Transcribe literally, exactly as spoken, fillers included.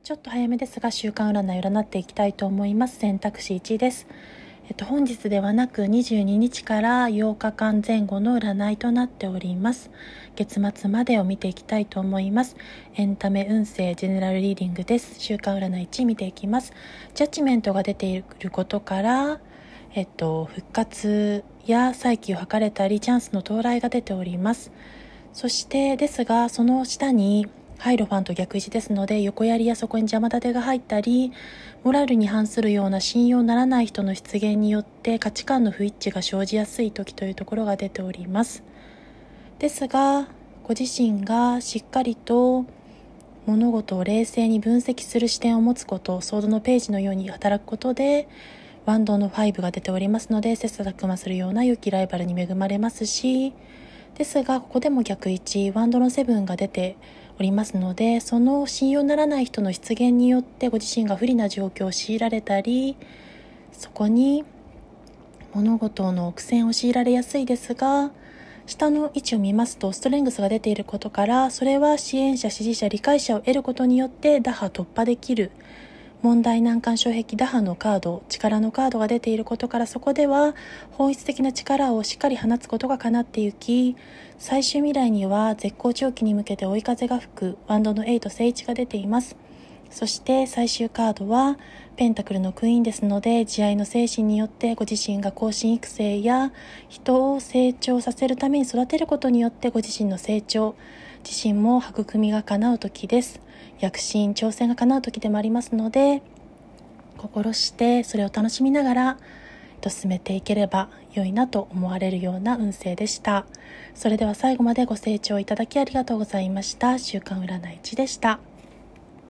ちょっと早めですが週間占い占っていきたいと思います。選択肢いちです。えっと、本日ではなくにじゅうににちからようかかんぜん後の占いとなっております。月末までを見ていきたいと思います。エンタメ運勢ジェネラルリーディングです。週間占いいち見ていきます。ジャッジメントが出ていることからえっと、復活や再起を図れたりチャンスの到来が出ております。そしてですが、その下にハイロファンと逆位置ですので、横槍やそこに邪魔立てが入ったり、モラルに反するような信用ならない人の出現によって価値観の不一致が生じやすい時というところが出ております。ですが、ご自身がしっかりと物事を冷静に分析する視点を持つこと、ソードのページのように働くことで、ワンドのファイブが出ておりますので、切磋琢磨するような良きライバルに恵まれますし、ですがここでも逆位置、ワンドのセブンが出ておりますので、その信用ならない人の出現によってご自身が不利な状況を強いられたり、そこに物事の苦戦を強いられやすいですが、下の位置を見ますとストレングスが出ていることから、それは支援者、支持者、理解者を得ることによって打破突破できる問題難関障壁打破のカード、力のカードが出ていることから、そこでは本質的な力をしっかり放つことが叶ってゆき、最終未来には絶好調期に向けて追い風が吹くワンドのエイト正位置が出ています。そして最終カードはペンタクルのクイーンですので、慈愛の精神によってご自身が後進育成や人を成長させるために育てることによってご自身の成長、自身も育みが叶う時です。躍進、挑戦が叶う時でもありますので、心してそれを楽しみながら進めていければ良いなと思われるような運勢でした。それでは最後までご清聴いただきありがとうございました。週間占いいちでした。